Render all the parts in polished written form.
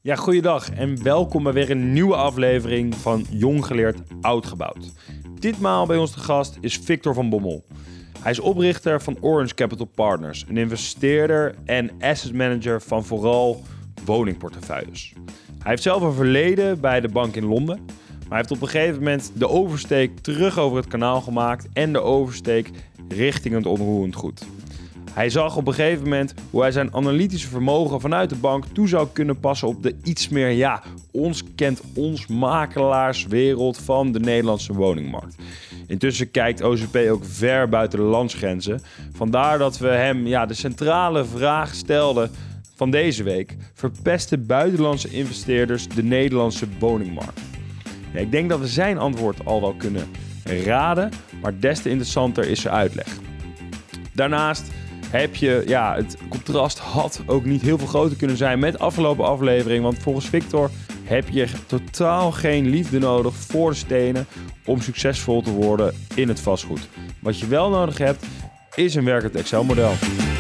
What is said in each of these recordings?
Ja, goeiedag en welkom bij weer een nieuwe aflevering van Jong Geleerd Oud Gebouwd. Ditmaal bij ons de gast is Victor van Bommel. Hij is oprichter van Orange Capital Partners, een investeerder en asset manager van vooral woningportefeuilles. Hij heeft zelf een verleden bij de bank in Londen, maar hij heeft op een gegeven moment de oversteek terug over het kanaal gemaakt en de oversteek richting het onroerend goed. Hij zag op een gegeven moment hoe hij zijn analytische vermogen vanuit de bank toe zou kunnen passen op de iets meer, ons kent ons makelaarswereld van de Nederlandse woningmarkt. Intussen kijkt OCP ook ver buiten de landsgrenzen. Vandaar dat we hem de centrale vraag stelden van deze week. Verpesten buitenlandse investeerders de Nederlandse woningmarkt? Ja, ik denk dat we zijn antwoord al wel kunnen raden, maar des te interessanter is zijn uitleg. Daarnaast heb je, het contrast had ook niet heel veel groter kunnen zijn met de afgelopen aflevering. Want volgens Victor heb je totaal geen liefde nodig voor de stenen om succesvol te worden in het vastgoed. Wat je wel nodig hebt, is een werkend Excel-model.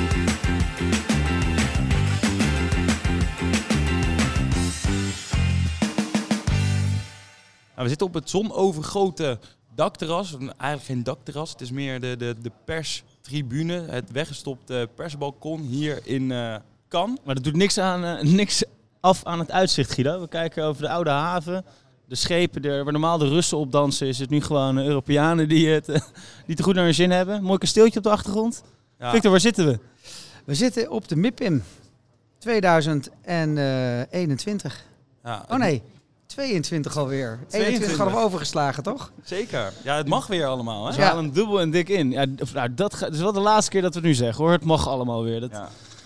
We zitten op het zonovergoten dakterras. Eigenlijk geen dakterras, het is meer de perstribune. Het weggestopte persbalkon hier in Cannes. Maar dat doet niks af aan het uitzicht, Guido. We kijken over de oude haven. De schepen, waar normaal de Russen op dansen, is het nu gewoon Europeanen die het te goed naar hun zin hebben. Mooi kasteeltje op de achtergrond. Ja. Victor, waar zitten we? We zitten op de MIPIM 2021. Ja, 22 alweer. 21 hadden we overgeslagen, toch? Zeker. Ja, het mag weer allemaal. Hè? Dus we halen hem dubbel en dik in. Ja, dat is wel de laatste keer dat we het nu zeggen, hoor. Het mag allemaal weer. Dat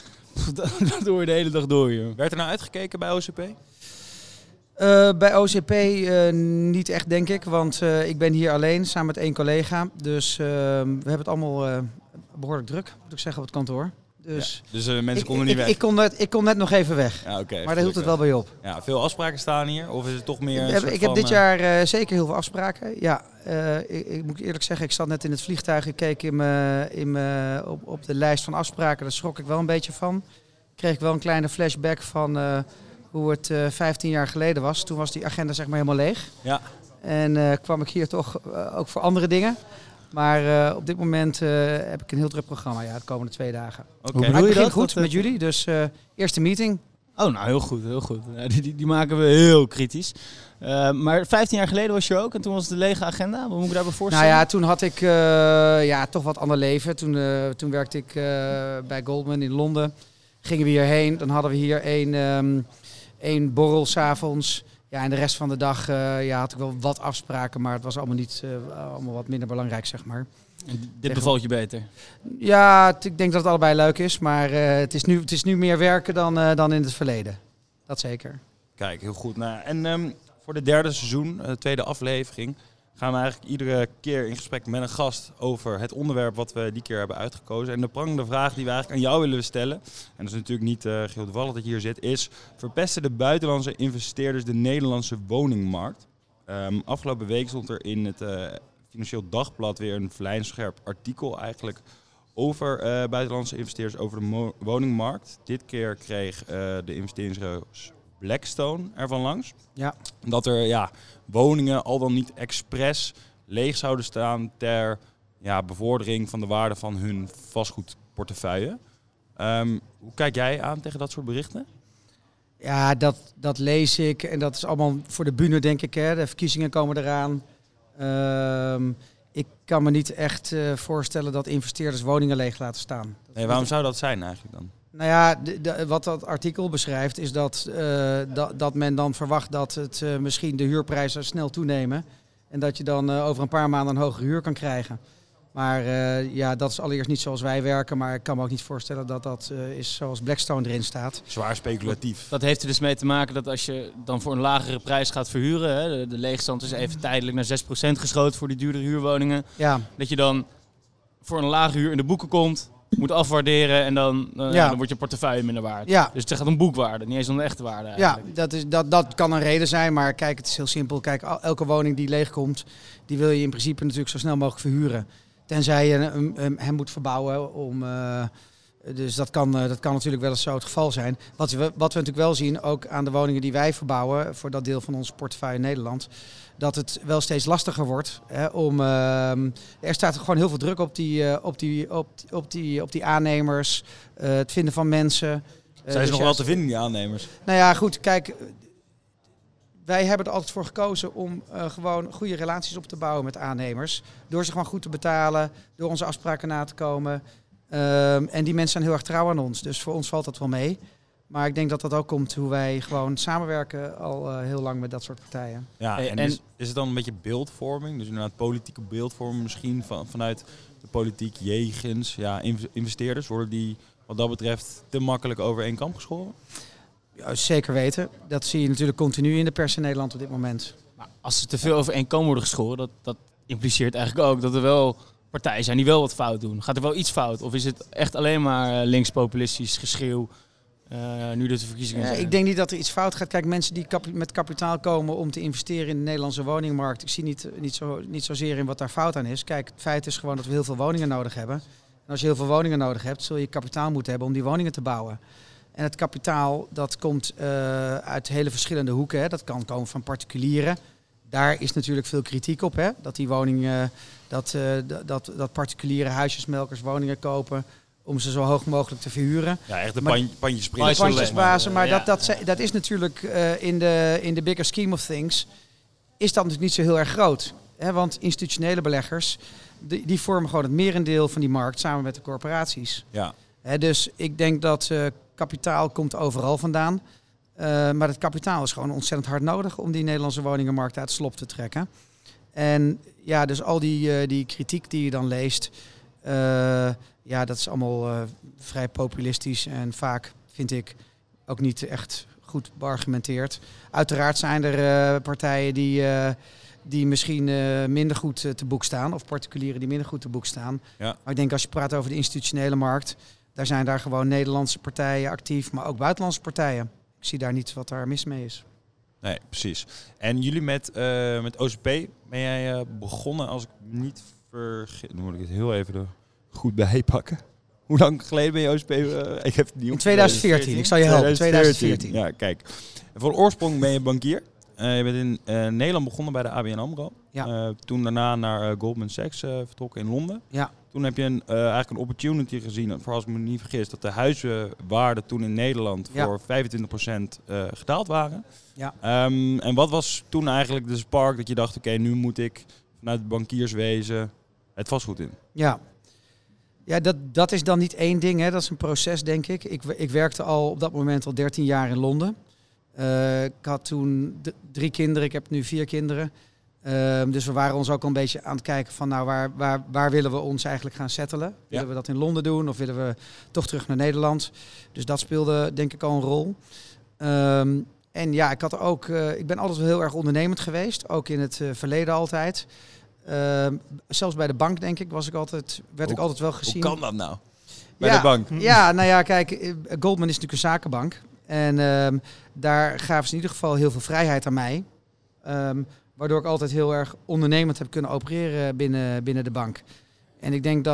doe je de hele dag door, joh. Werd er nou uitgekeken bij OCP? Bij OCP niet echt, denk ik. Want ik ben hier alleen, samen met 1 collega. Dus we hebben het allemaal behoorlijk druk, moet ik zeggen, op het kantoor. Dus mensen konden niet weg? Ik kon net nog even weg. Ja, okay, maar daar hield het wel bij op. Ja, veel afspraken staan hier? Of is het toch meer ik heb dit jaar zeker heel veel afspraken. Ja, ik moet eerlijk zeggen, ik zat net in het vliegtuig. Ik keek op de lijst van afspraken. Daar schrok ik wel een beetje van. Kreeg ik wel een kleine flashback van hoe het 15 jaar geleden was. Toen was die agenda zeg maar helemaal leeg. Ja. En kwam ik hier toch ook voor andere dingen. Maar op dit moment heb ik een heel druk programma, de komende 2 dagen. Okay. Hoe bedoel je dat? Goed met jullie, dus eerste meeting. Oh, nou heel goed, heel goed. Ja, die maken we heel kritisch. Maar 15 jaar geleden was je ook en toen was het de lege agenda. Wat moet ik daarbij voorstellen? Nou ja, toen had ik toch wat ander leven. Toen werkte ik bij Goldman in Londen. Gingen we hierheen, dan hadden we hier één borrel 's avonds. Ja, en de rest van de dag had ik wel wat afspraken, maar het was allemaal niet allemaal wat minder belangrijk, zeg maar. En dit bevalt je beter? Ja, ik denk dat het allebei leuk is, maar het is nu meer werken dan in het verleden. Dat zeker. Kijk, heel goed. Nou, en voor de 3e seizoen, de 2e aflevering, gaan we eigenlijk iedere keer in gesprek met een gast over het onderwerp wat we die keer hebben uitgekozen. En de prangende vraag die we eigenlijk aan jou willen stellen, en dat is natuurlijk niet geheel toevallig dat je hier zit, is: verpesten de buitenlandse investeerders de Nederlandse woningmarkt? Afgelopen week stond er in het Financieel Dagblad weer een vlijmscherp artikel eigenlijk over buitenlandse investeerders over de woningmarkt. Dit keer kreeg de investeringsbureaus Blackstone ervan langs. Ja. Dat er woningen al dan niet expres leeg zouden staan ter bevordering van de waarde van hun vastgoedportefeuille. Hoe kijk jij aan tegen dat soort berichten? Ja, dat lees ik en dat is allemaal voor de bühne, denk ik. Hè. De verkiezingen komen eraan. Ik kan me niet echt voorstellen dat investeerders woningen leeg laten staan. Nee, waarom zou dat zijn eigenlijk dan? Nou ja, wat dat artikel beschrijft is dat men dan verwacht dat het misschien de huurprijzen snel toenemen. En dat je dan over een paar maanden een hogere huur kan krijgen. Maar dat is allereerst niet zoals wij werken. Maar ik kan me ook niet voorstellen dat dat is zoals Blackstone erin staat. Zwaar speculatief. Dat heeft er dus mee te maken dat als je dan voor een lagere prijs gaat verhuren. Hè, de leegstand is even tijdelijk naar 6% geschoten voor die duurdere huurwoningen. Ja. Dat je dan voor een lage huur in de boeken komt, moet afwaarderen en dan wordt je portefeuille minder waard. Ja. Dus het gaat om boekwaarde, niet eens om de echte waarde eigenlijk. Ja, dat kan een reden zijn. Maar kijk, het is heel simpel. Kijk, elke woning die leegkomt, die wil je in principe natuurlijk zo snel mogelijk verhuren. Tenzij je hem moet verbouwen om Dus dat kan natuurlijk wel eens zo het geval zijn. Wat we natuurlijk wel zien, ook aan de woningen die wij verbouwen, voor dat deel van onze portefeuille in Nederland, dat het wel steeds lastiger wordt. Hè, er staat gewoon heel veel druk op die aannemers, het vinden van mensen. Zijn ze nog wel te vinden, die aannemers? Nou ja, goed, kijk, wij hebben er altijd voor gekozen om gewoon goede relaties op te bouwen met aannemers. Door ze gewoon goed te betalen, door onze afspraken na te komen. En die mensen zijn heel erg trouw aan ons, dus voor ons valt dat wel mee. Maar ik denk dat dat ook komt hoe wij gewoon samenwerken al heel lang met dat soort partijen. Ja, en is het dan een beetje beeldvorming? Dus inderdaad politieke beeldvorming misschien vanuit de politiek jegens investeerders? Worden die wat dat betreft te makkelijk over één kam geschoren? Ja, zeker weten. Dat zie je natuurlijk continu in de pers in Nederland op dit moment. Maar als er te veel over één kam worden geschoren, dat impliceert eigenlijk ook dat er wel partijen zijn die wel wat fout doen. Gaat er wel iets fout? Of is het echt alleen maar linkspopulistisch geschreeuw nu de verkiezingen zijn? Ik denk niet dat er iets fout gaat. Kijk, mensen die met kapitaal komen om te investeren in de Nederlandse woningmarkt. Ik zie niet zozeer in wat daar fout aan is. Kijk, het feit is gewoon dat we heel veel woningen nodig hebben. En als je heel veel woningen nodig hebt, zul je kapitaal moeten hebben om die woningen te bouwen. En het kapitaal, dat komt uit hele verschillende hoeken. Hè. Dat kan komen van particulieren. Daar is natuurlijk veel kritiek op, hè? Dat die woningen, dat particuliere huisjesmelkers woningen kopen om ze zo hoog mogelijk te verhuren. Ja, echt de pandjesbazen. Pandjesbazen, maar dat is natuurlijk in de bigger scheme of things, is dat natuurlijk niet zo heel erg groot. Hè? Want institutionele beleggers, die vormen gewoon het merendeel van die markt samen met de corporaties. Ja. Hè, dus ik denk dat kapitaal komt overal vandaan. Maar het kapitaal is gewoon ontzettend hard nodig om die Nederlandse woningenmarkt uit het slop te trekken. En ja, dus al die kritiek die je dan leest, dat is allemaal vrij populistisch en vaak, vind ik, ook niet echt goed beargumenteerd. Uiteraard zijn er partijen die misschien minder goed te boek staan, of particulieren die minder goed te boek staan. Ja. Maar ik denk als je praat over de institutionele markt, daar zijn daar gewoon Nederlandse partijen actief, maar ook buitenlandse partijen. Ik zie daar niet wat daar mis mee is. Nee, precies. En jullie met OCP ben jij begonnen, als ik niet vergeet, dan moet ik het heel even er goed bij pakken. Hoe lang geleden ben je OCP? Ik heb het niet in 2014, ik zal je helpen. 2014. Ja, kijk. Van oorsprong ben je bankier. Je bent in Nederland begonnen bij de ABN AMRO. Ja. Toen daarna naar Goldman Sachs vertrokken in Londen. Ja. Toen heb je eigenlijk een opportunity gezien, voor als ik me niet vergis, dat de huizenwaarden toen in Nederland voor 25% gedaald waren. Ja. En wat was toen eigenlijk de spark dat je dacht, oké, nu moet ik vanuit het bankierswezen het vastgoed in? Ja, dat is dan niet één ding, hè. Dat is een proces, denk ik. Ik werkte op dat moment al 13 jaar in Londen. Ik had toen 3 kinderen, ik heb nu 4 kinderen. Dus we waren ons ook al een beetje aan het kijken van waar willen we ons eigenlijk gaan settelen? Willen we dat in Londen doen of willen we toch terug naar Nederland? Dus dat speelde denk ik al een rol. En ja, ik ben altijd wel heel erg ondernemend geweest, ook in het verleden altijd. Zelfs bij de bank denk ik werd ik altijd wel gezien. Hoe kan dat nou? Bij de bank? Ja, nou ja, kijk, Goldman is natuurlijk een zakenbank. En daar gaven ze in ieder geval heel veel vrijheid aan mij. Waardoor ik altijd heel erg ondernemend heb kunnen opereren binnen de bank. En ik denk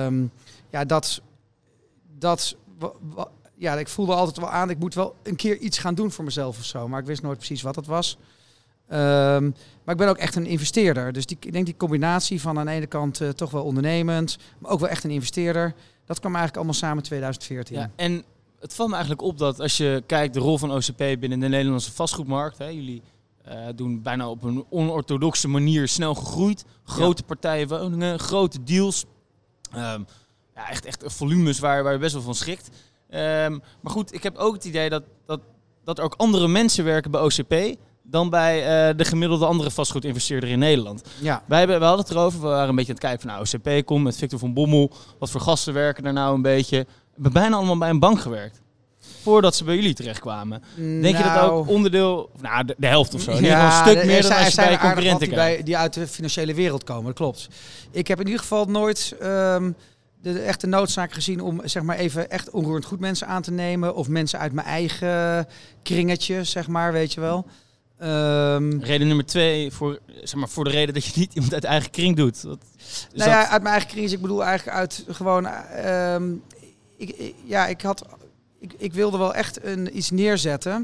ik voelde altijd wel aan, ik moet wel een keer iets gaan doen voor mezelf of zo. Maar ik wist nooit precies wat het was. Maar ik ben ook echt een investeerder. Dus ik denk die combinatie van aan de ene kant toch wel ondernemend, maar ook wel echt een investeerder. Dat kwam eigenlijk allemaal samen in 2014. Ja, en het valt me eigenlijk op dat als je kijkt de rol van OCP binnen de Nederlandse vastgoedmarkt. Hè, jullie doen bijna op een onorthodoxe manier snel gegroeid. Grote partijen woningen, grote deals. Echt volumes waar je best wel van schrikt. Maar goed, ik heb ook het idee dat er ook andere mensen werken bij OCP dan bij de gemiddelde andere vastgoedinvesteerder in Nederland. Ja. We hadden het erover, we waren een beetje aan het kijken van OCP komt met Victor van Bommel. Wat voor gasten werken er nou een beetje? We hebben bijna allemaal bij een bank gewerkt. Voordat ze bij jullie terechtkwamen. Denk je dat ook onderdeel, de helft of zo? In ieder geval een stuk meer dan als je bij je concurrenten kijkt. Die uit de financiële wereld komen, dat klopt. Ik heb in ieder geval nooit de echte noodzaak gezien om zeg maar even echt onroerend goed mensen aan te nemen. Of mensen uit mijn eigen kringetje, zeg maar, weet je wel. Reden nummer 2 voor de reden dat je niet iemand uit eigen kring doet. Uit mijn eigen kring, ik bedoel eigenlijk uit gewoon... ik wilde wel echt iets neerzetten.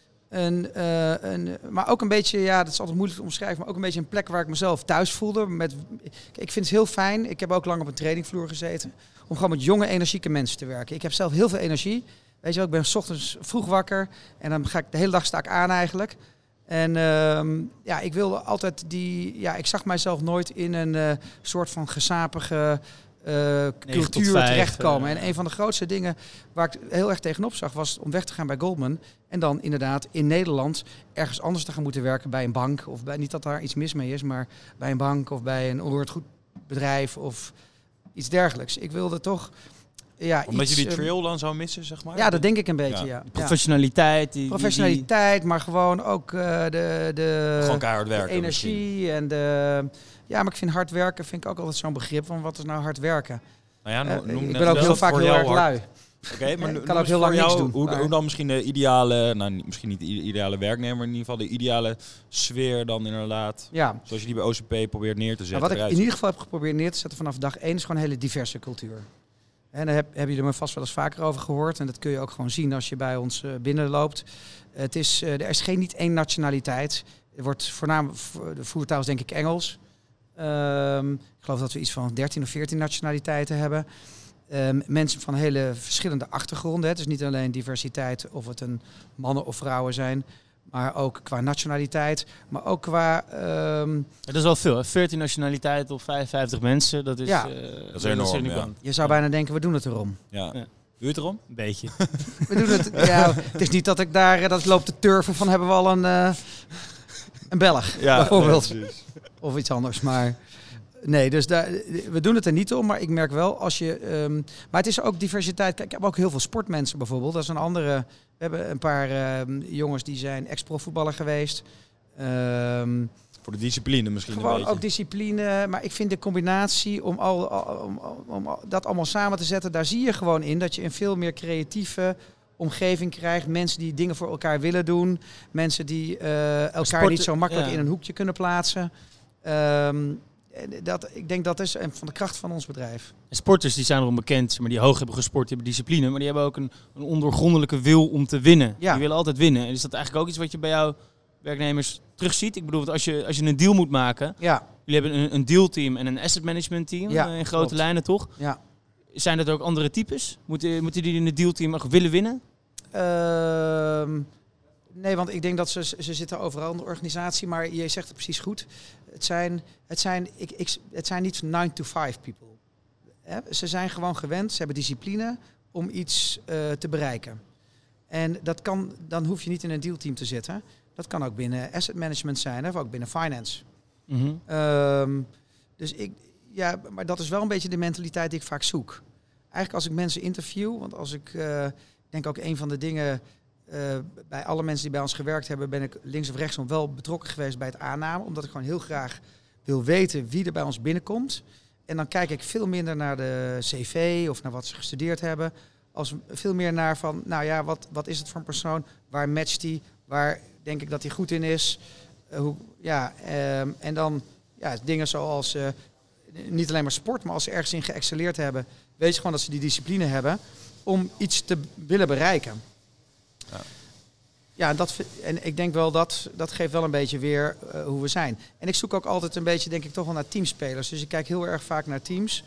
Maar ook een beetje, dat is altijd moeilijk te omschrijven, maar ook een beetje een plek waar ik mezelf thuis voelde. Ik vind het heel fijn, ik heb ook lang op een trainingvloer gezeten, om gewoon met jonge, energieke mensen te werken. Ik heb zelf heel veel energie. Weet je wel, ik ben 's ochtends vroeg wakker en dan ga ik de hele dag sta ik aan eigenlijk. En ik wilde altijd ik zag mijzelf nooit in een soort van gesapige cultuur terechtkomen. En een van de grootste dingen waar ik heel erg tegenop zag, was om weg te gaan bij Goldman. En dan inderdaad in Nederland ergens anders te gaan moeten werken bij een bank. Of niet dat daar iets mis mee is, maar bij een bank of bij een onroerend goed bedrijf of iets dergelijks. Ik wilde toch... Omdat je die trail dan zou missen, zeg maar? Ja, dat denk ik een beetje, ja. Professionaliteit. Professionaliteit, maar gewoon ook de gewoon keihard werken. De energie en de... Ja, maar ik vind hard werken ook altijd zo'n begrip van wat is nou hard werken. Nou ja, ik ben ook heel vaak heel erg lui. Oké, maar ik kan ook heel lang niks doen. Hoe dan misschien de ideale, misschien niet de ideale werknemer, maar in ieder geval de ideale sfeer dan inderdaad. Ja. Zoals je die bij OCP probeert neer te zetten. Nou, wat ik in ieder geval heb geprobeerd neer te zetten vanaf dag 1 is gewoon een hele diverse cultuur. En daar hebben jullie me vast wel eens vaker over gehoord. En dat kun je ook gewoon zien als je bij ons binnenloopt. Er is niet één nationaliteit. Er wordt voornamelijk, de voertaal is denk ik Engels. Ik geloof dat we iets van 13 of 14 nationaliteiten hebben. Mensen van hele verschillende achtergronden. Het is niet alleen diversiteit of het een mannen of vrouwen zijn. Maar ook qua nationaliteit. Maar ook qua... Dat is wel veel, hè? 14 nationaliteiten op 55 mensen. Dat is, dat is enorm, ja. Je zou bijna denken, we doen het erom. Ja. Doe je het erom? Een beetje. We doen het... het is niet dat ik daar... dat loopt te turven van hebben we al een Belg, bijvoorbeeld. Of iets anders, maar... Nee, dus we doen het er niet om, maar ik merk wel als je... maar het is ook diversiteit. Kijk, ik heb ook heel veel sportmensen bijvoorbeeld. Dat is een andere... We hebben een paar jongens die zijn ex-profvoetballer geweest. Voor de discipline misschien gewoon een beetje. Ook discipline, maar ik vind de combinatie om dat allemaal samen te zetten... daar zie je gewoon in dat je een veel meer creatieve omgeving krijgt. Mensen die dingen voor elkaar willen doen. Mensen die elkaar niet zo makkelijk in een hoekje kunnen plaatsen. Ik denk dat is van de kracht van ons bedrijf. En sporters die zijn erom bekend, maar die hoog hebben gesport, die hebben discipline, maar die hebben ook een ondoorgrondelijke wil om te winnen. Ja. Die willen altijd winnen. En is dat eigenlijk ook iets wat je bij jouw werknemers terugziet? Ik bedoel, als je een deal moet maken, jullie hebben een dealteam en een asset management team in grote lijnen, toch? Ja. Zijn dat ook andere types? Moeten die in het dealteam ook willen winnen? Nee, want ik denk dat ze zitten overal in de organisatie, maar je zegt het precies goed. Het zijn niet 9-to-5 people. Ze zijn gewoon gewend, ze hebben discipline om iets te bereiken. En dan hoef je niet in een dealteam te zitten. Dat kan ook binnen asset management zijn, of ook binnen finance. Mm-hmm. Maar dat is wel een beetje de mentaliteit die ik vaak zoek. Eigenlijk als ik mensen interview, want als ik denk ook een van de dingen... bij alle mensen die bij ons gewerkt hebben, ben ik links of rechtsom wel betrokken geweest bij het aanname. Omdat ik gewoon heel graag wil weten wie er bij ons binnenkomt. En dan kijk ik veel minder naar de cv of naar wat ze gestudeerd hebben. Als veel meer naar van, wat is het voor een persoon? Waar matcht die? Waar denk ik dat hij goed in is? En dan dingen zoals, niet alleen maar sport, maar als ze ergens in geëxcelleerd hebben, weet je gewoon dat ze die discipline hebben om iets te willen bereiken. Ja, en ik denk wel dat geeft wel een beetje weer hoe we zijn. En ik zoek ook altijd een beetje, denk ik, toch wel naar teamspelers. Dus ik kijk heel erg vaak naar teams.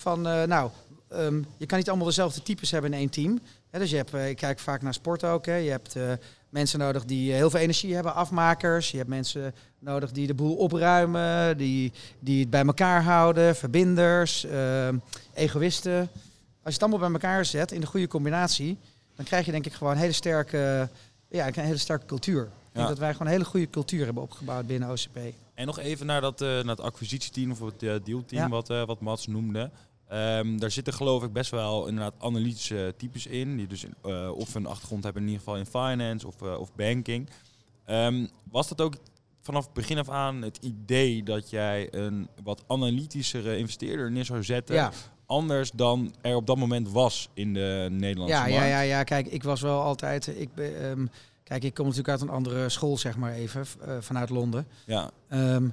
Je kan niet allemaal dezelfde types hebben in één team. Dus ik kijk vaak naar sport ook. Je hebt mensen nodig die heel veel energie hebben, afmakers. Je hebt mensen nodig die de boel opruimen, die het bij elkaar houden, verbinders, egoïsten. Als je het allemaal bij elkaar zet in de goede combinatie, dan krijg je denk ik gewoon een hele sterke cultuur. Ik denk dat wij gewoon een hele goede cultuur hebben opgebouwd binnen OCP. En nog even naar het acquisitieteam of het dealteam wat Mats noemde. Daar zitten geloof ik best wel inderdaad analytische types in. Die dus of een achtergrond hebben in ieder geval in finance of banking. Was dat ook vanaf het begin af aan het idee dat jij een wat analytischere investeerder neer zou zetten? Ja. Anders dan er op dat moment was in de Nederlandse markt? Ja. Kijk, ik was wel altijd... ik kom natuurlijk uit een andere school, zeg maar even, vanuit Londen. Ja.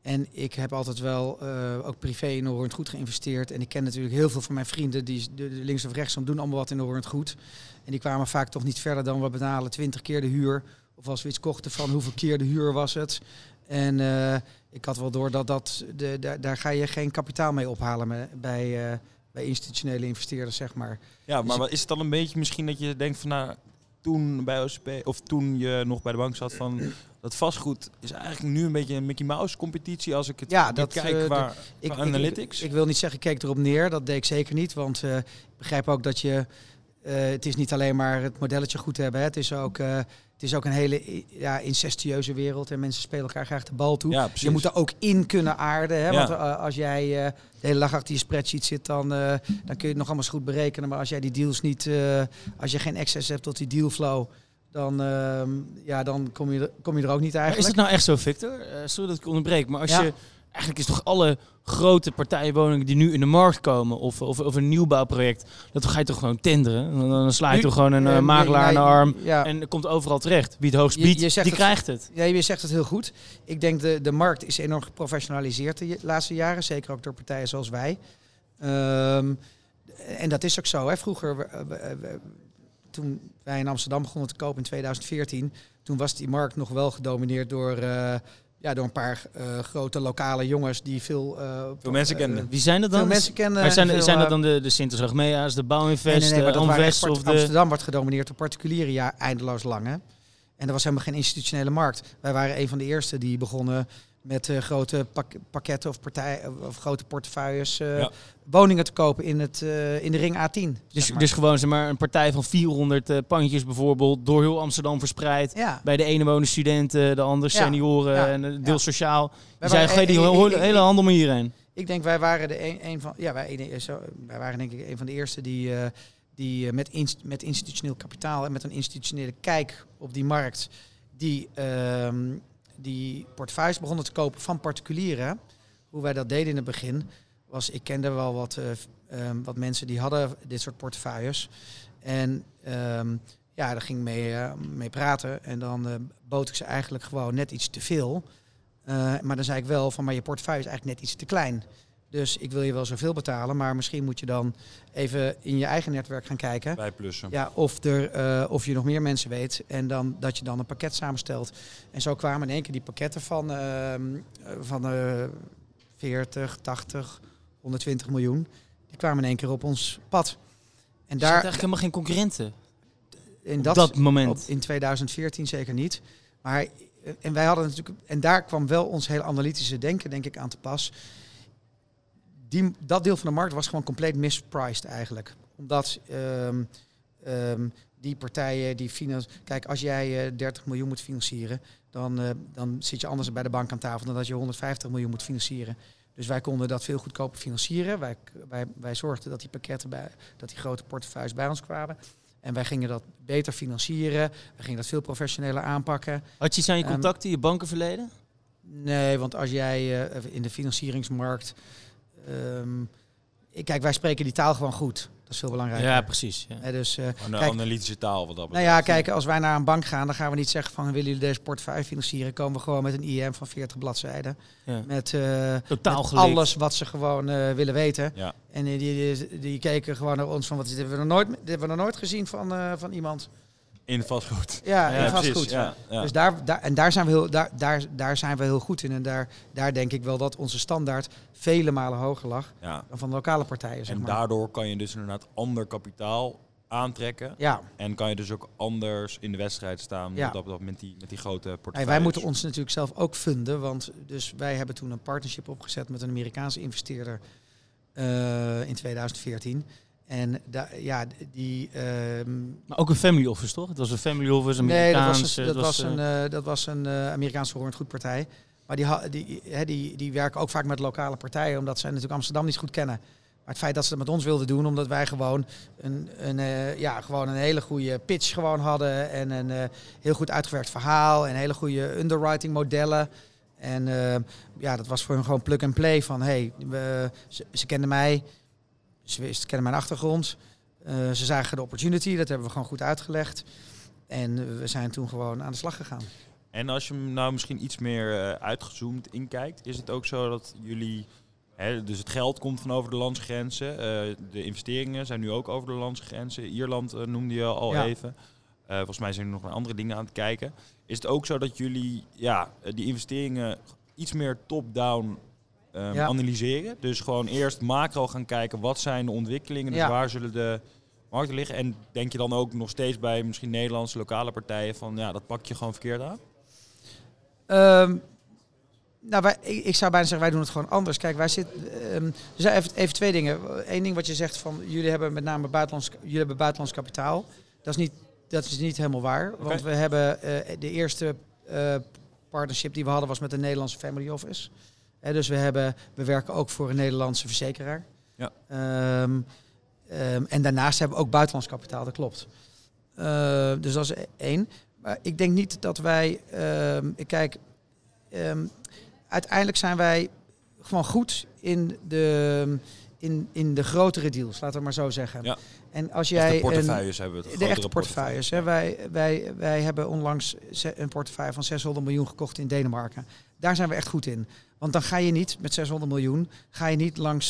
En ik heb altijd wel ook privé in onroerend goed geïnvesteerd. En ik ken natuurlijk heel veel van mijn vrienden die links of rechts doen allemaal wat in onroerend goed. En die kwamen vaak toch niet verder dan we betalen 20 keer de huur. Of als we iets kochten van hoeveel keer de huur was het. En ik had wel door daar ga je geen kapitaal mee ophalen bij institutionele investeerders, zeg maar. Ja, Dus maar is het dan een beetje misschien dat je denkt van nou, toen bij OCP of toen je nog bij de bank zat van dat vastgoed is eigenlijk nu een beetje een Mickey Mouse competitie als ik het kijk qua analytics? Ik wil niet zeggen, ik keek erop neer. Dat deed ik zeker niet. Want ik begrijp ook dat je... het is niet alleen maar het modelletje goed hebben. Hè. Het is ook een hele incestueuze wereld. En mensen spelen elkaar graag de bal toe. Ja, je moet er ook in kunnen aarden. Hè. Ja. Want als jij de hele dag achter je spreadsheet zit, dan kun je het nog allemaal eens goed berekenen. Maar als jij die deals niet... als je geen access hebt tot die dealflow... Dan kom je er ook niet eigenlijk. Maar is het nou echt zo, Victor? Sorry dat ik onderbreek, maar als je... Eigenlijk is toch alle grote partijenwoningen die nu in de markt komen... of een nieuwbouwproject, dat ga je toch gewoon tenderen? Dan sla je toch gewoon een makelaar aan de arm en er komt overal terecht. Wie het hoogst biedt, die krijgt het. Ja, je zegt het heel goed. Ik denk de markt is enorm geprofessionaliseerd de laatste jaren. Zeker ook door partijen zoals wij. En dat is ook zo. Hè. Vroeger... toen wij in Amsterdam begonnen te kopen in 2014... toen was die markt nog wel gedomineerd door een paar grote lokale jongens die veel mensen kenden. Wie zijn dat dan? Veel mensen kennen. Zijn dat dan de Sintes Achmea's, de Bouwinvest, nee, de Amvest? Amsterdam wordt gedomineerd door particulieren eindeloos lang. Hè? En er was helemaal geen institutionele markt. Wij waren een van de eerste die begonnen met grote pakketten of grote portefeuilles woningen te kopen in de ring A10. Dus gewoon zeg maar een partij van 400 pandjes bijvoorbeeld door heel Amsterdam verspreid. Ja. Bij de ene wonen studenten, de andere senioren en deels sociaal. Die zei, die hele handel maar hierheen. Ik denk wij waren een van de eerste die met institutioneel kapitaal en met een institutionele kijk op die markt die portefeuilles begonnen te kopen van particulieren. Hoe wij dat deden in het begin was, ik kende wel wat mensen die hadden dit soort portefeuilles. En daar ging mee praten. En dan bood ik ze eigenlijk gewoon net iets te veel. Maar dan zei ik wel van, maar je portefeuille is eigenlijk net iets te klein. Dus ik wil je wel zoveel betalen, maar misschien moet je dan even in je eigen netwerk gaan kijken. Bijplussen. Ja, of je nog meer mensen weet en dat je dan een pakket samenstelt. En zo kwamen in één keer die pakketten van 40, 80, 120 miljoen. Die kwamen in één keer op ons pad. En daar eigenlijk helemaal geen concurrenten. In dat moment. In 2014 zeker niet. Maar en wij hadden natuurlijk, en daar kwam wel ons hele analytische denken, denk ik, aan te pas. Dat deel van de markt was gewoon compleet mispriced eigenlijk. Omdat die partijen die kijk, als jij 30 miljoen moet financieren, dan zit je anders bij de bank aan tafel dan dat je 150 miljoen moet financieren. Dus wij konden dat veel goedkoper financieren. Wij zorgden dat die pakketten, dat die grote portefeuilles bij ons kwamen. En wij gingen dat beter financieren. We gingen dat veel professioneler aanpakken. Had je iets aan je contacten, je bankenverleden? Nee, want als jij in de financieringsmarkt... kijk, wij spreken die taal gewoon goed. Dat is veel belangrijker. Ja, precies. Ja. Dus, een analytische taal wat dat betreft. Nou ja, kijk, als wij naar een bank gaan, dan gaan we niet zeggen van, willen jullie deze portefeuille financieren? Komen we gewoon met een IM van 40 bladzijden. Ja. Met alles wat ze gewoon willen weten. Ja. En die keken gewoon naar ons van, wat hebben we nog nooit gezien van iemand. In vastgoed. Ja, in vastgoed. Precies, ja. Dus daar zijn we heel goed in. En daar denk ik wel dat onze standaard vele malen hoger lag dan van de lokale partijen. Zeg en maar. Daardoor kan je dus inderdaad ander kapitaal aantrekken. Ja. En kan je dus ook anders in de wedstrijd staan met die grote portefeuilles. Wij moeten ons natuurlijk zelf ook funden. Want dus wij hebben toen een partnership opgezet met een Amerikaanse investeerder in 2014. En maar ook een family office, toch? Het was een family office, Amerikaans. Nee, dat was een Amerikaanse verhoorend goedpartij. Maar die werken ook vaak met lokale partijen, omdat zij natuurlijk Amsterdam niet goed kennen. Maar het feit dat ze het met ons wilden doen, omdat wij gewoon gewoon een hele goede pitch gewoon hadden. En een heel goed uitgewerkt verhaal en hele goede underwriting modellen. En dat was voor hen gewoon plug and play van, ze kenden mij. Ze kennen mijn achtergrond. Ze zagen de opportunity. Dat hebben we gewoon goed uitgelegd. En we zijn toen gewoon aan de slag gegaan. En als je hem nou misschien iets meer uitgezoomd inkijkt, is het ook zo dat jullie... dus het geld komt van over de landsgrenzen. De investeringen zijn nu ook over de landsgrenzen. Ierland noemde je al even. Volgens mij zijn er nog naar andere dingen aan het kijken. Is het ook zo dat jullie die investeringen iets meer top-down analyseren? Dus gewoon eerst macro gaan kijken, wat zijn de ontwikkelingen? Dus waar zullen de markten liggen? En denk je dan ook nog steeds bij misschien Nederlandse lokale partijen van dat pak je gewoon verkeerd aan? Ik zou bijna zeggen, wij doen het gewoon anders. Kijk, wij zitten. Dus even twee dingen. Eén ding wat je zegt van jullie hebben met name buitenlands kapitaal. Dat is niet helemaal waar. Okay. Want we hebben de eerste partnership die we hadden was met de Nederlandse Family Office. Dus we werken ook voor een Nederlandse verzekeraar. Ja. En daarnaast hebben we ook buitenlands kapitaal, dat klopt. Dus dat is één. Maar ik denk niet dat wij... uiteindelijk zijn wij gewoon goed in de grotere deals, laten we maar zo zeggen. Ja. En als jij de portefeuilles hebben we het. De echte portefeuilles. Wij hebben onlangs een portefeuille van 600 miljoen gekocht in Denemarken. Daar zijn we echt goed in. Want dan ga je niet met 600 miljoen langs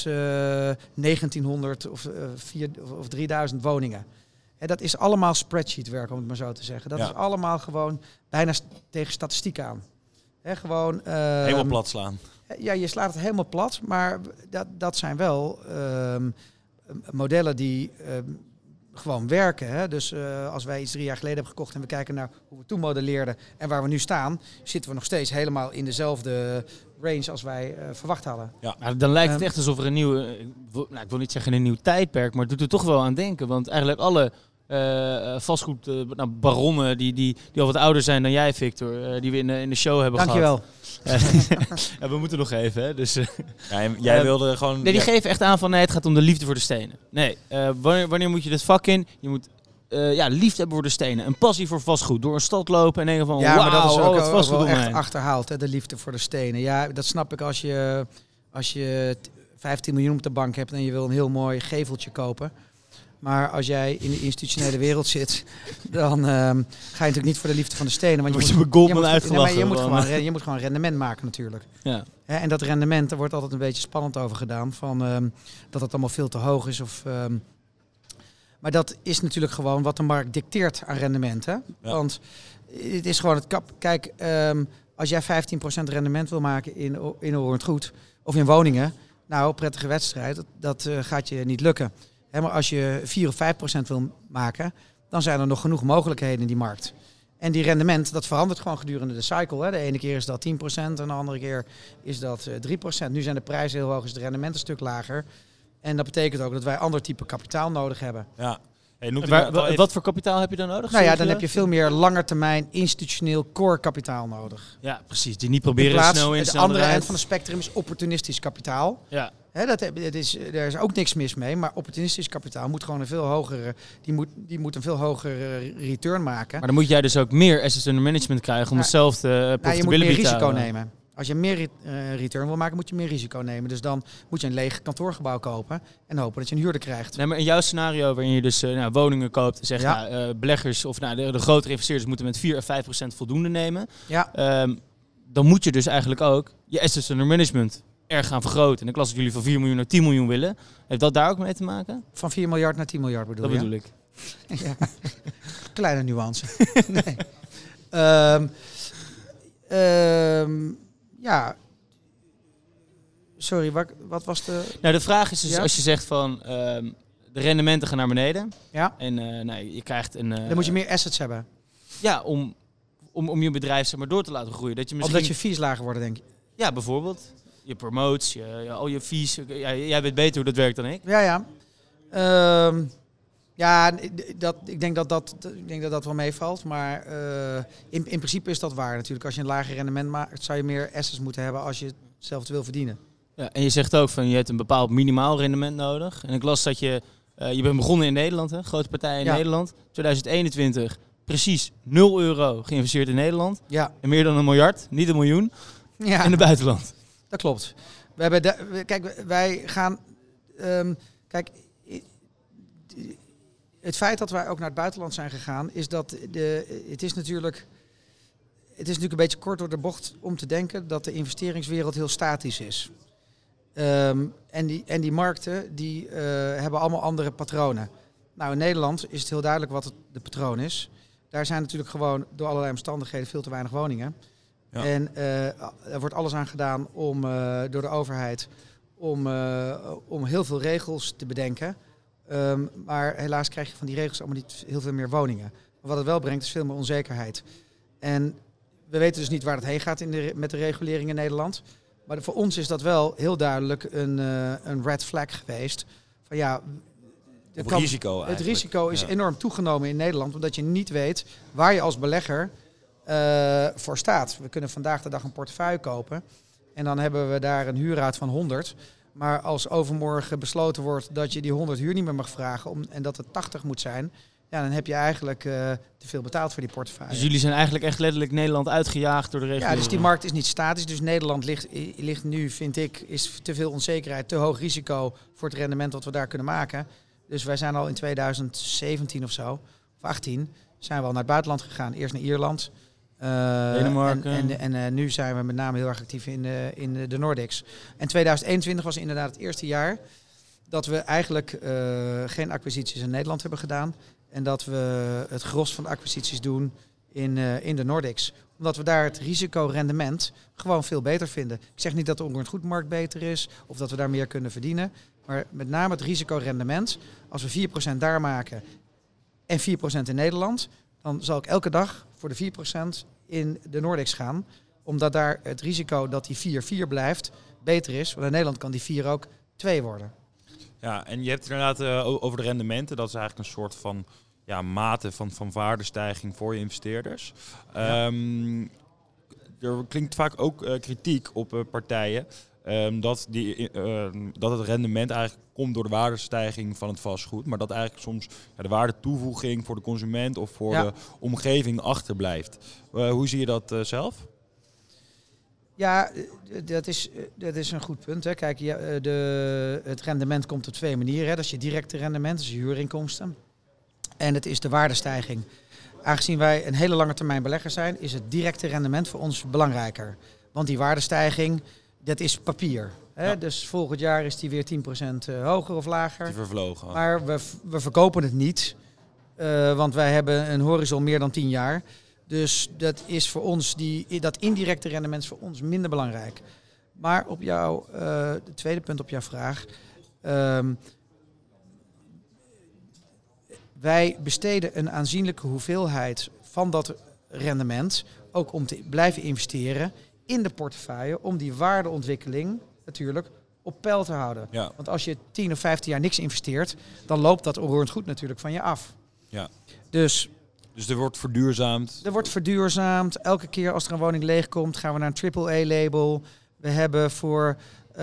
1900 of 3000 woningen. En dat is allemaal spreadsheet werk, om het maar zo te zeggen. Dat is allemaal gewoon bijna tegen statistiek aan. Gewoon, helemaal plat slaan. Ja, je slaat het helemaal plat, maar dat zijn wel modellen die gewoon werken. Hè? Dus als wij iets 3 jaar geleden hebben gekocht en we kijken naar hoe we toen modelleerden en waar we nu staan, zitten we nog steeds helemaal in dezelfde range als wij verwacht hadden. Ja. Maar dan lijkt het echt alsof er ik wil niet zeggen een nieuw tijdperk, maar het doet er toch wel aan denken. Want eigenlijk alle vastgoed baronnen die al wat ouder zijn dan jij, Victor, die we in de show hebben Dankjewel. gehad. Ja, we moeten nog even, hè. Dus, jij wilde gewoon... Nee, die geven echt aan van het gaat om de liefde voor de stenen. Nee, wanneer moet je dit vak in? Je moet liefde hebben voor de stenen. Een passie voor vastgoed. Door een stad lopen en denken van maar dat is ook vastgoed wel echt achterhaald, hè, de liefde voor de stenen. Ja, dat snap ik als je 15 miljoen op de bank hebt en je wil een heel mooi geveltje kopen. Maar als jij in de institutionele wereld zit, dan ga je natuurlijk niet voor de liefde van de stenen. Want je moet gewoon rendement maken natuurlijk. Ja. En dat rendement, daar wordt altijd een beetje spannend over gedaan. Dat het allemaal veel te hoog is. Maar dat is natuurlijk gewoon wat de markt dicteert aan rendement. Hè? Ja. Want het is gewoon Kijk, als jij 15% rendement wil maken in onroerend goed of in woningen, nou, prettige wedstrijd, dat gaat je niet lukken. Maar als je 4 of 5% wil maken, dan zijn er nog genoeg mogelijkheden in die markt. En die rendement, dat verandert gewoon gedurende de cycle. Hè. De ene keer is dat 10% en de andere keer is dat 3%. Nu zijn de prijzen heel hoog, is het rendement een stuk lager. En dat betekent ook dat wij ander type kapitaal nodig hebben. Ja. Wat voor kapitaal heb je dan nodig? Nou ja, dan heb je veel meer langetermijn institutioneel core kapitaal nodig. Ja, precies. Die niet proberen snel in het andere eind van het spectrum is opportunistisch kapitaal. Ja. Er is ook niks mis mee, maar opportunistisch kapitaal moet gewoon een veel hogere, die moet een veel hogere return maken. Maar dan moet jij dus ook meer assets under management krijgen om hetzelfde profitability je moet meer risico nemen. Als je meer return wil maken, moet je meer risico nemen. Dus dan moet je een leeg kantoorgebouw kopen en hopen dat je een huurder krijgt. Nee, maar in jouw scenario waarin je dus woningen koopt en zegt beleggers of de grotere investeerders moeten met 4 of 5% voldoende nemen. Ja. Dan moet je dus eigenlijk ook je assets under management erg gaan vergroten. En ik las dat jullie van 4 miljoen naar 10 miljoen willen. Heeft dat daar ook mee te maken? Van 4 miljard naar 10 miljard bedoel je? Dat bedoel ik. Ja. Kleine nuance. Nee. Ja. Sorry, wat was de... Nou, de vraag is dus als je zegt van de rendementen gaan naar beneden. Ja. En je krijgt een... Dan moet je meer assets hebben. Ja, om je bedrijf zeg maar door te laten groeien. Dat je misschien... Omdat je fees lager worden, denk je? Ja, bijvoorbeeld. Je promotes, al je fees. Jij weet beter hoe dat werkt dan ik. Ja. Ik denk dat dat wel meevalt. Maar in principe is dat waar natuurlijk. Als je een lager rendement maakt, zou je meer assets moeten hebben als je het zelf wil verdienen. Ja, en je zegt ook van je hebt een bepaald minimaal rendement nodig. En ik las dat je bent begonnen in Nederland, hè? Grote partij in Nederland. 2021, precies 0 euro geïnvesteerd in Nederland. Ja. En meer dan 1 miljard, niet 1 miljoen, in het buitenland. Dat klopt. Wij gaan... het feit dat wij ook naar het buitenland zijn gegaan, is dat het is natuurlijk... het is natuurlijk een beetje kort door de bocht om te denken dat de investeringswereld heel statisch is. En die markten die hebben allemaal andere patronen. Nou, in Nederland is het heel duidelijk wat de patroon is. Daar zijn natuurlijk gewoon door allerlei omstandigheden veel te weinig woningen. Ja. En er wordt alles aan gedaan door de overheid om heel veel regels te bedenken. Maar helaas krijg je van die regels allemaal niet heel veel meer woningen. Maar wat het wel brengt is veel meer onzekerheid. En we weten dus niet waar het heen gaat met de regulering in Nederland. Maar voor ons is dat wel heel duidelijk een red flag geweest. Van ja, het risico is enorm toegenomen in Nederland, omdat je niet weet waar je als belegger voor staat. We kunnen vandaag de dag een portefeuille kopen en dan hebben we daar een huurraad van 100. Maar als overmorgen besloten wordt dat je die 100 huur niet meer mag vragen en dat het 80 moet zijn, ja, dan heb je eigenlijk te veel betaald voor die portefeuille. Dus jullie zijn eigenlijk echt letterlijk Nederland uitgejaagd door de regulering? Ja, dus die markt is niet statisch. Dus Nederland ligt nu, vind ik, is te veel onzekerheid, te hoog risico voor het rendement wat we daar kunnen maken. Dus wij zijn al in 2017 of zo, of 18, zijn we al naar het buitenland gegaan. Eerst naar Ierland. Denemarken. En nu zijn we met name heel erg actief in de Nordics. En 2021 was inderdaad het eerste jaar dat we eigenlijk geen acquisities in Nederland hebben gedaan. En dat we het gros van de acquisities doen in de Nordics. Omdat we daar het risicorendement gewoon veel beter vinden. Ik zeg niet dat de onroerend goedmarkt beter is of dat we daar meer kunnen verdienen. Maar met name het risicorendement. Als we 4% daar maken en 4% in Nederland, dan zal ik elke dag voor de 4% in de Nordics gaan. Omdat daar het risico dat die 4 blijft beter is. Want in Nederland kan die 4 ook 2 worden. Ja, en je hebt het inderdaad over de rendementen. Dat is eigenlijk een soort van mate van waardestijging voor je investeerders. Ja. Er klinkt vaak ook kritiek op partijen. Dat het rendement eigenlijk komt door de waardestijging van het vastgoed. Maar dat eigenlijk soms de waardetoevoeging voor de consument of voor de omgeving achterblijft. Hoe zie je dat zelf? Ja, dat is een goed punt. Hè. Kijk, het rendement komt op 2 manieren. Hè. Dat is je directe rendement, dat is je huurinkomsten. En het is de waardestijging. Aangezien wij een hele lange termijn belegger zijn, is het directe rendement voor ons belangrijker. Want die waardestijging, dat is papier. Hè? Ja. Dus volgend jaar is die weer 10% hoger of lager. Die vervlogen. Maar we verkopen het niet. Want wij hebben een horizon meer dan 10 jaar. Dus dat is voor ons, dat indirecte rendement is voor ons minder belangrijk. Maar op de tweede punt op jouw vraag. Wij besteden een aanzienlijke hoeveelheid van dat rendement ook om te blijven investeren in de portefeuille, om die waardeontwikkeling natuurlijk op peil te houden. Ja. Want als je 10 of 15 jaar niks investeert, dan loopt dat onroerend goed natuurlijk van je af. Ja. Dus er wordt verduurzaamd? Er wordt verduurzaamd. Elke keer als er een woning leegkomt, gaan we naar een AAA-label. We hebben voor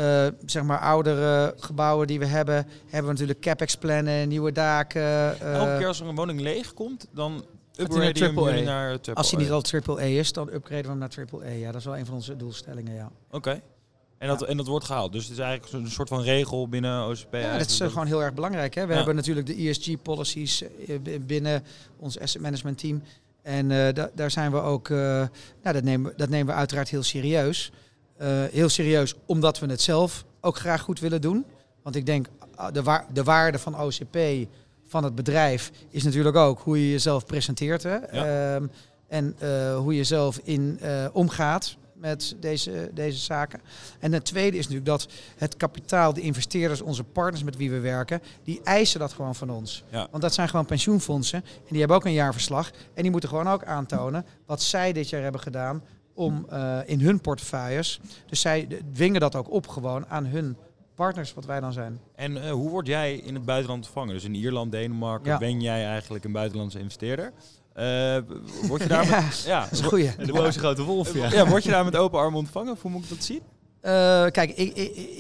oudere gebouwen die we hebben natuurlijk capex-plannen, nieuwe daken. Elke keer als er een woning leegkomt, dan upgraden we hem naar AAA. Als hij niet al AAA is, dan upgraden we hem naar AAA. Ja, dat is wel een van onze doelstellingen, ja. Oké. En dat wordt gehaald. Dus het is eigenlijk een soort van regel binnen OCP. Ja, dat is gewoon heel erg belangrijk. Hè? We hebben natuurlijk de ESG-policies binnen ons asset management team. En daar zijn we ook. Dat nemen we uiteraard heel serieus. Heel serieus, omdat we het zelf ook graag goed willen doen. Want ik denk, de waarde van OCP, van het bedrijf, is natuurlijk ook hoe je jezelf presenteert. Hè? Ja. En hoe je zelf omgaat met deze zaken. En het tweede is natuurlijk dat het kapitaal, de investeerders, onze partners met wie we werken, die eisen dat gewoon van ons. Ja. Want dat zijn gewoon pensioenfondsen en die hebben ook een jaarverslag. En die moeten gewoon ook aantonen wat zij dit jaar hebben gedaan om in hun portefeuilles. Dus zij dwingen dat ook op gewoon aan hun partners, wat wij dan zijn. En hoe word jij in het buitenland ontvangen? Dus in Ierland, Denemarken, ben jij eigenlijk een buitenlandse investeerder? Word je daar dat is een goeie. De boze grote wolf, ja. Word je daar met open armen ontvangen? Of hoe moet ik dat zien? Kijk,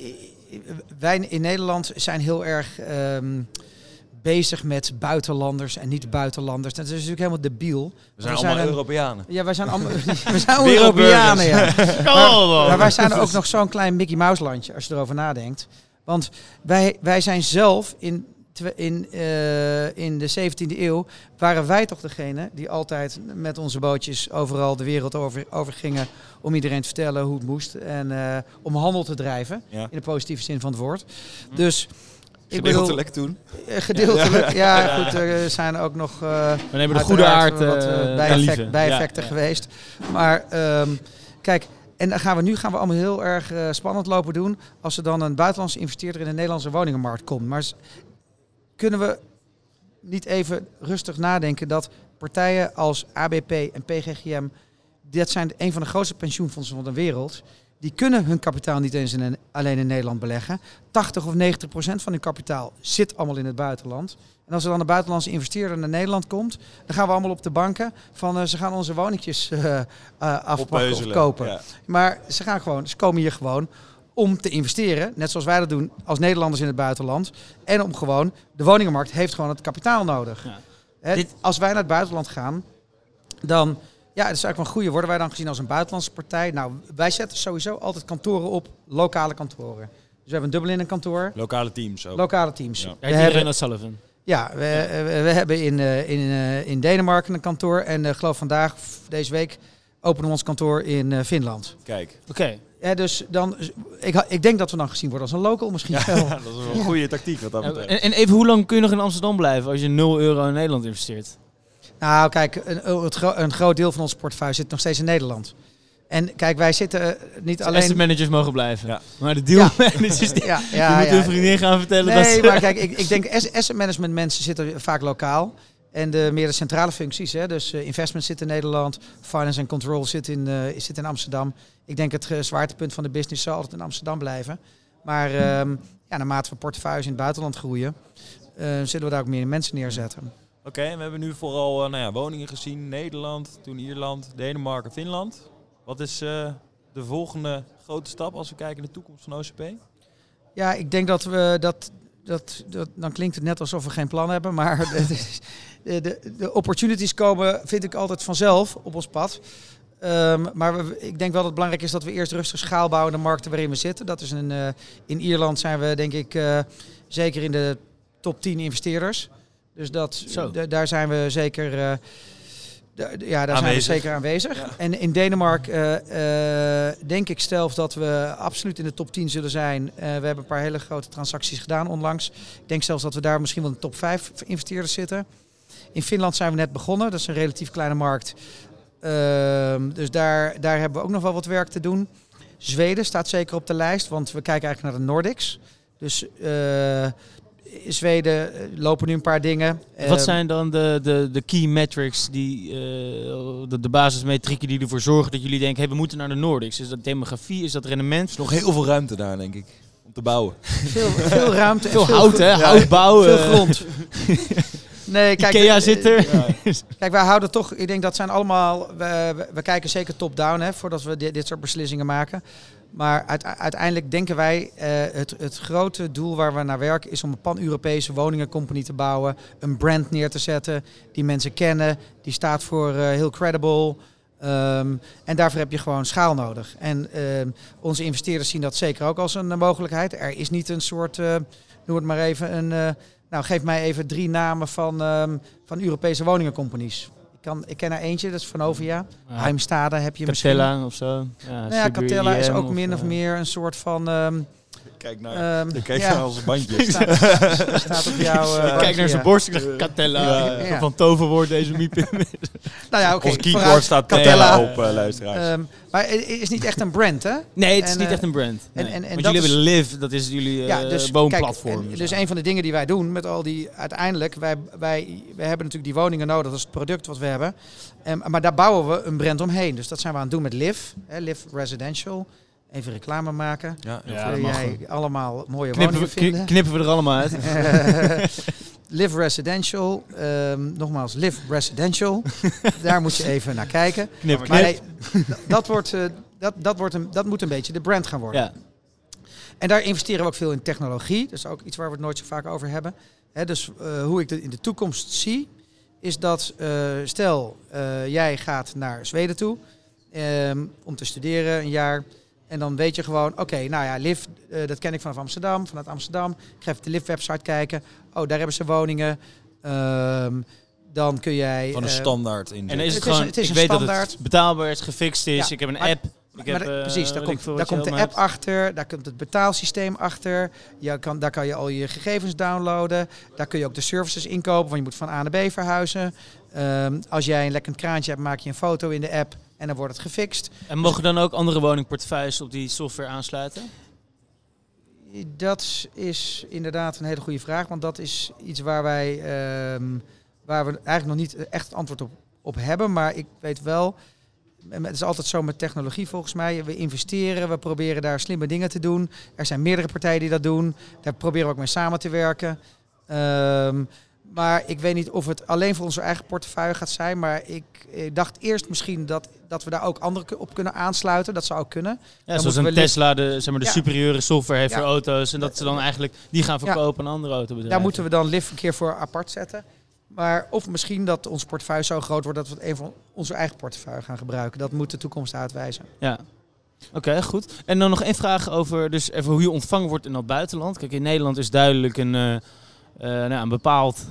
wij in Nederland zijn heel erg bezig met buitenlanders en niet-buitenlanders. Dat is natuurlijk helemaal debiel. We zijn allemaal Europeanen. Ja, wij zijn allemaal Europeanen, ja. Maar wij zijn ook nog zo'n klein Mickey Mouse landje, als je erover nadenkt. Want wij zijn zelf in in de 17e eeuw waren wij toch degene die altijd met onze bootjes overal de wereld over gingen om iedereen te vertellen hoe het moest en om handel te drijven, in de positieve zin van het woord. Dus gedeeltelijk toen. Gedeeltelijk, ja. Goed, er zijn ook nog we nemen de goede aard bijeffecten geweest. Maar kijk, en dan gaan we allemaal heel erg spannend lopen doen als er dan een buitenlandse investeerder in de Nederlandse woningenmarkt komt. Maar kunnen we niet even rustig nadenken dat partijen als ABP en PGGM, dat zijn een van de grootste pensioenfondsen van de wereld, die kunnen hun kapitaal niet eens alleen in Nederland beleggen. 80 of 90% van hun kapitaal zit allemaal in het buitenland. En als er dan een buitenlandse investeerder naar Nederland komt, dan gaan we allemaal op de banken van ze gaan onze woningjes afpakken of kopen. Ja. Maar ze komen hier gewoon om te investeren, net zoals wij dat doen als Nederlanders in het buitenland. En om gewoon, de woningenmarkt heeft gewoon het kapitaal nodig. Ja. Als wij naar het buitenland gaan, dan, ja, dat is eigenlijk wel een goede. Worden wij dan gezien als een buitenlandse partij? Nou, wij zetten sowieso altijd kantoren op, lokale kantoren. Dus we hebben een Dublin een kantoor. Lokale teams ook. Lokale teams. Ja. Iedereen hetzelfde. Ja, we hebben in Denemarken een kantoor. En geloof vandaag, deze week, openen we ons kantoor in Finland. Kijk. Oké. Ja, dus dan, ik denk dat we dan gezien worden als een local misschien wel. Dat is wel een goede tactiek wat dat betreft. En even, hoe lang kun je nog in Amsterdam blijven als je €0 in Nederland investeert? Nou, kijk, een groot deel van ons portefeuille zit nog steeds in Nederland. En kijk, wij zitten niet alleen... Asset managers mogen blijven. Ja. Maar de deal managers, die moeten hun vriendin gaan vertellen. Nee, maar kijk, ik denk asset management mensen zitten vaak lokaal. En meer de centrale functies, hè, dus investment zit in Nederland, finance en control zit in Amsterdam. Ik denk het zwaartepunt van de business zal altijd in Amsterdam blijven. Maar naarmate we portefeuilles in het buitenland groeien, zullen we daar ook meer mensen neerzetten. Oké, en we hebben nu vooral woningen gezien. Nederland, toen Ierland, Denemarken, Finland. Wat is de volgende grote stap als we kijken naar de toekomst van OCP? Ja, ik denk dat we dan klinkt het net alsof we geen plan hebben, maar de opportunities komen, vind ik, altijd vanzelf op ons pad. Maar ik denk wel dat het belangrijk is dat we eerst rustig schaal bouwen in de markten waarin we zitten. Dat is in Ierland zijn we denk ik zeker in de top 10 investeerders. Dus daar zijn we zeker... zijn we zeker aanwezig. Ja. En in Denemarken denk ik zelf dat we absoluut in de top 10 zullen zijn. We hebben een paar hele grote transacties gedaan onlangs. Ik denk zelfs dat we daar misschien wel in de top 5 investeerders zitten. In Finland zijn we net begonnen. Dat is een relatief kleine markt. Dus daar hebben we ook nog wel wat werk te doen. Zweden staat zeker op de lijst, want we kijken eigenlijk naar de Nordics. Dus... in Zweden lopen nu een paar dingen. Wat zijn dan de key metrics, de basismetrieken die ervoor zorgen dat jullie denken, we moeten naar de Nordics? Is dat demografie, is dat rendement? Er is nog heel veel ruimte daar, denk ik, om te bouwen. Veel ruimte. Veel hout, hè? Hout bouwen. Veel grond. Nee, kijk, Ikea zit er. Kijk, wij houden toch, ik denk dat zijn allemaal, we kijken zeker top-down voordat we dit soort beslissingen maken. Maar uiteindelijk denken wij, het grote doel waar we naar werken is om een pan-Europese woningencompany te bouwen. Een brand neer te zetten die mensen kennen. Die staat voor heel credible. En daarvoor heb je gewoon schaal nodig. En onze investeerders zien dat zeker ook als een mogelijkheid. Er is niet een soort, noem het maar even, geef mij even 3 namen van Europese woningencompanies. Ik ken er eentje, dat is Vonovia. Heimstede heb je Catella misschien. Of zo. Catella is ook min of meer een soort van... Kijk naar onze bandjes. Staat op jou. Kijk naar zijn borst. Catella. Van toverwoord deze miep. Ons keyboard staat Catella op, luisteraars. Maar het is niet echt een brand, hè? Nee, het is niet echt een brand. Nee. Want jullie hebben Live, dat is jullie woonplatform. Kijk, dus een van de dingen die wij doen met al die... Uiteindelijk, wij hebben natuurlijk die woningen nodig. Dat is het product wat we hebben. Maar daar bouwen we een brand omheen. Dus dat zijn we aan het doen met Live. Live Residential. Even reclame maken. Ja, jij allemaal mooie woningen vinden. Knippen we er allemaal uit. Live Residential. Nogmaals, Live Residential. Daar moet je even naar kijken. Knip. Nee, dat moet een beetje de brand gaan worden. Ja. En daar investeren we ook veel in technologie. Dat is ook iets waar we het nooit zo vaak over hebben. Dus hoe ik in de toekomst zie, is dat stel jij gaat naar Zweden toe om te studeren een jaar. En dan weet je gewoon, oké, nou ja, Liv, dat ken ik vanuit Amsterdam. Ik ga even de Liv-website kijken. Oh, daar hebben ze woningen. Dan kun jij... Van een standaard in. En dan is het Het is- gewoon, het is ik een weet dat standaard. het betaalbaar is, gefixt is. Ja, Ik heb een maar- app. Precies, daar komt de app achter, daar komt het betaalsysteem achter. Daar kan je al je gegevens downloaden. Daar kun je ook de services inkopen, want je moet van A naar B verhuizen. Als jij een lekkend kraantje hebt, maak je een foto in de app en dan wordt het gefixt. En mogen dan ook andere woningportefeuilles op die software aansluiten? Dat is inderdaad een hele goede vraag, want dat is iets waar we eigenlijk nog niet echt het antwoord op hebben. Maar ik weet wel, het is altijd zo met technologie volgens mij. We investeren, we proberen daar slimme dingen te doen. Er zijn meerdere partijen die dat doen. Daar proberen we ook mee samen te werken. Maar ik weet niet of het alleen voor onze eigen portefeuille gaat zijn. Maar ik dacht eerst misschien dat we daar ook anderen op kunnen aansluiten. Dat zou ook kunnen. Ja, zoals een moeten we Tesla de Ja. superieure software heeft Ja. voor auto's. En dat ze dan eigenlijk die gaan verkopen aan andere autobedrijven. Daar moeten we dan Liv een keer voor apart zetten. Maar of misschien dat ons portefeuille zo groot wordt dat we het een van onze eigen portefeuille gaan gebruiken. Dat moet de toekomst uitwijzen. Ja. Oké, goed. En dan nog één vraag over dus even hoe je ontvangen wordt in het buitenland. Kijk, in Nederland is duidelijk een bepaald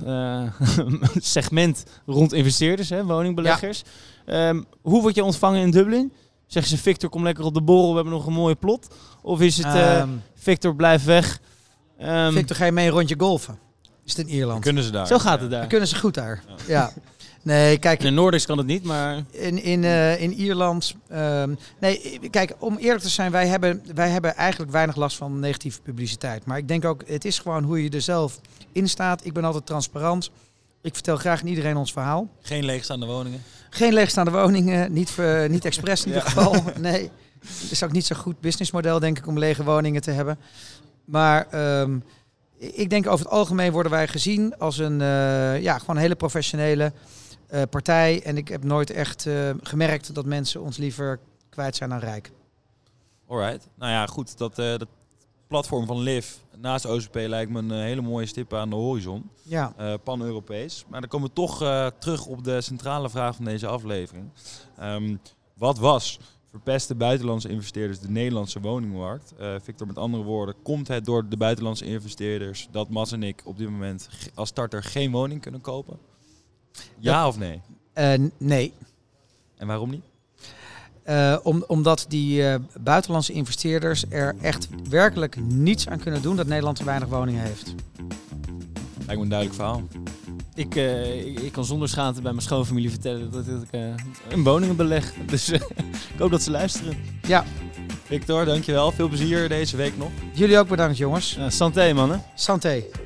segment rond investeerders, woningbeleggers. Hoe word je ontvangen in Dublin? Zeggen ze, Victor, kom lekker op de borrel, we hebben nog een mooie plot? Of is het, Victor, blijf weg? Victor, ga je mee een rondje golfen? Is het in Ierland? Kunnen ze daar? Zo gaat het Dan daar. kunnen ze goed daar. Ja. Nee, kijk, In de Noordics kan het niet, maar... in Ierland... nee, kijk, om eerlijk te zijn, wij hebben eigenlijk weinig last van negatieve publiciteit. Maar ik denk ook, het is gewoon hoe je er zelf in staat. Ik ben altijd transparant. Ik vertel graag aan iedereen ons verhaal. Geen leegstaande woningen. Geen leegstaande woningen, niet expres in ieder geval. Nee, het is ook niet zo'n goed businessmodel, denk ik, om lege woningen te hebben. Maar ik denk over het algemeen worden wij gezien als een gewoon een hele professionele partij. En ik heb nooit echt gemerkt dat mensen ons liever kwijt zijn dan rijk. Alright. Nou ja, goed. Dat platform van Liv naast OCP lijkt me een hele mooie stip aan de horizon. Ja. Pan-Europees. Maar dan komen we toch terug op de centrale vraag van deze aflevering. Wat was verpesten buitenlandse investeerders de Nederlandse woningmarkt? Victor, met andere woorden, komt het door de buitenlandse investeerders dat Mas en ik op dit moment als starter geen woning kunnen kopen? Ja of nee? Nee. En waarom niet? Omdat die buitenlandse investeerders er echt werkelijk niets aan kunnen doen dat Nederland te weinig woningen heeft. Lijkt me een duidelijk verhaal. Ik kan zonder schaamte bij mijn schoonfamilie vertellen dat ik in woningen beleg. Dus ik hoop dat ze luisteren. Ja, Victor, dankjewel. Veel plezier deze week nog. jullie ook bedankt jongens. Santé, mannen. Santé.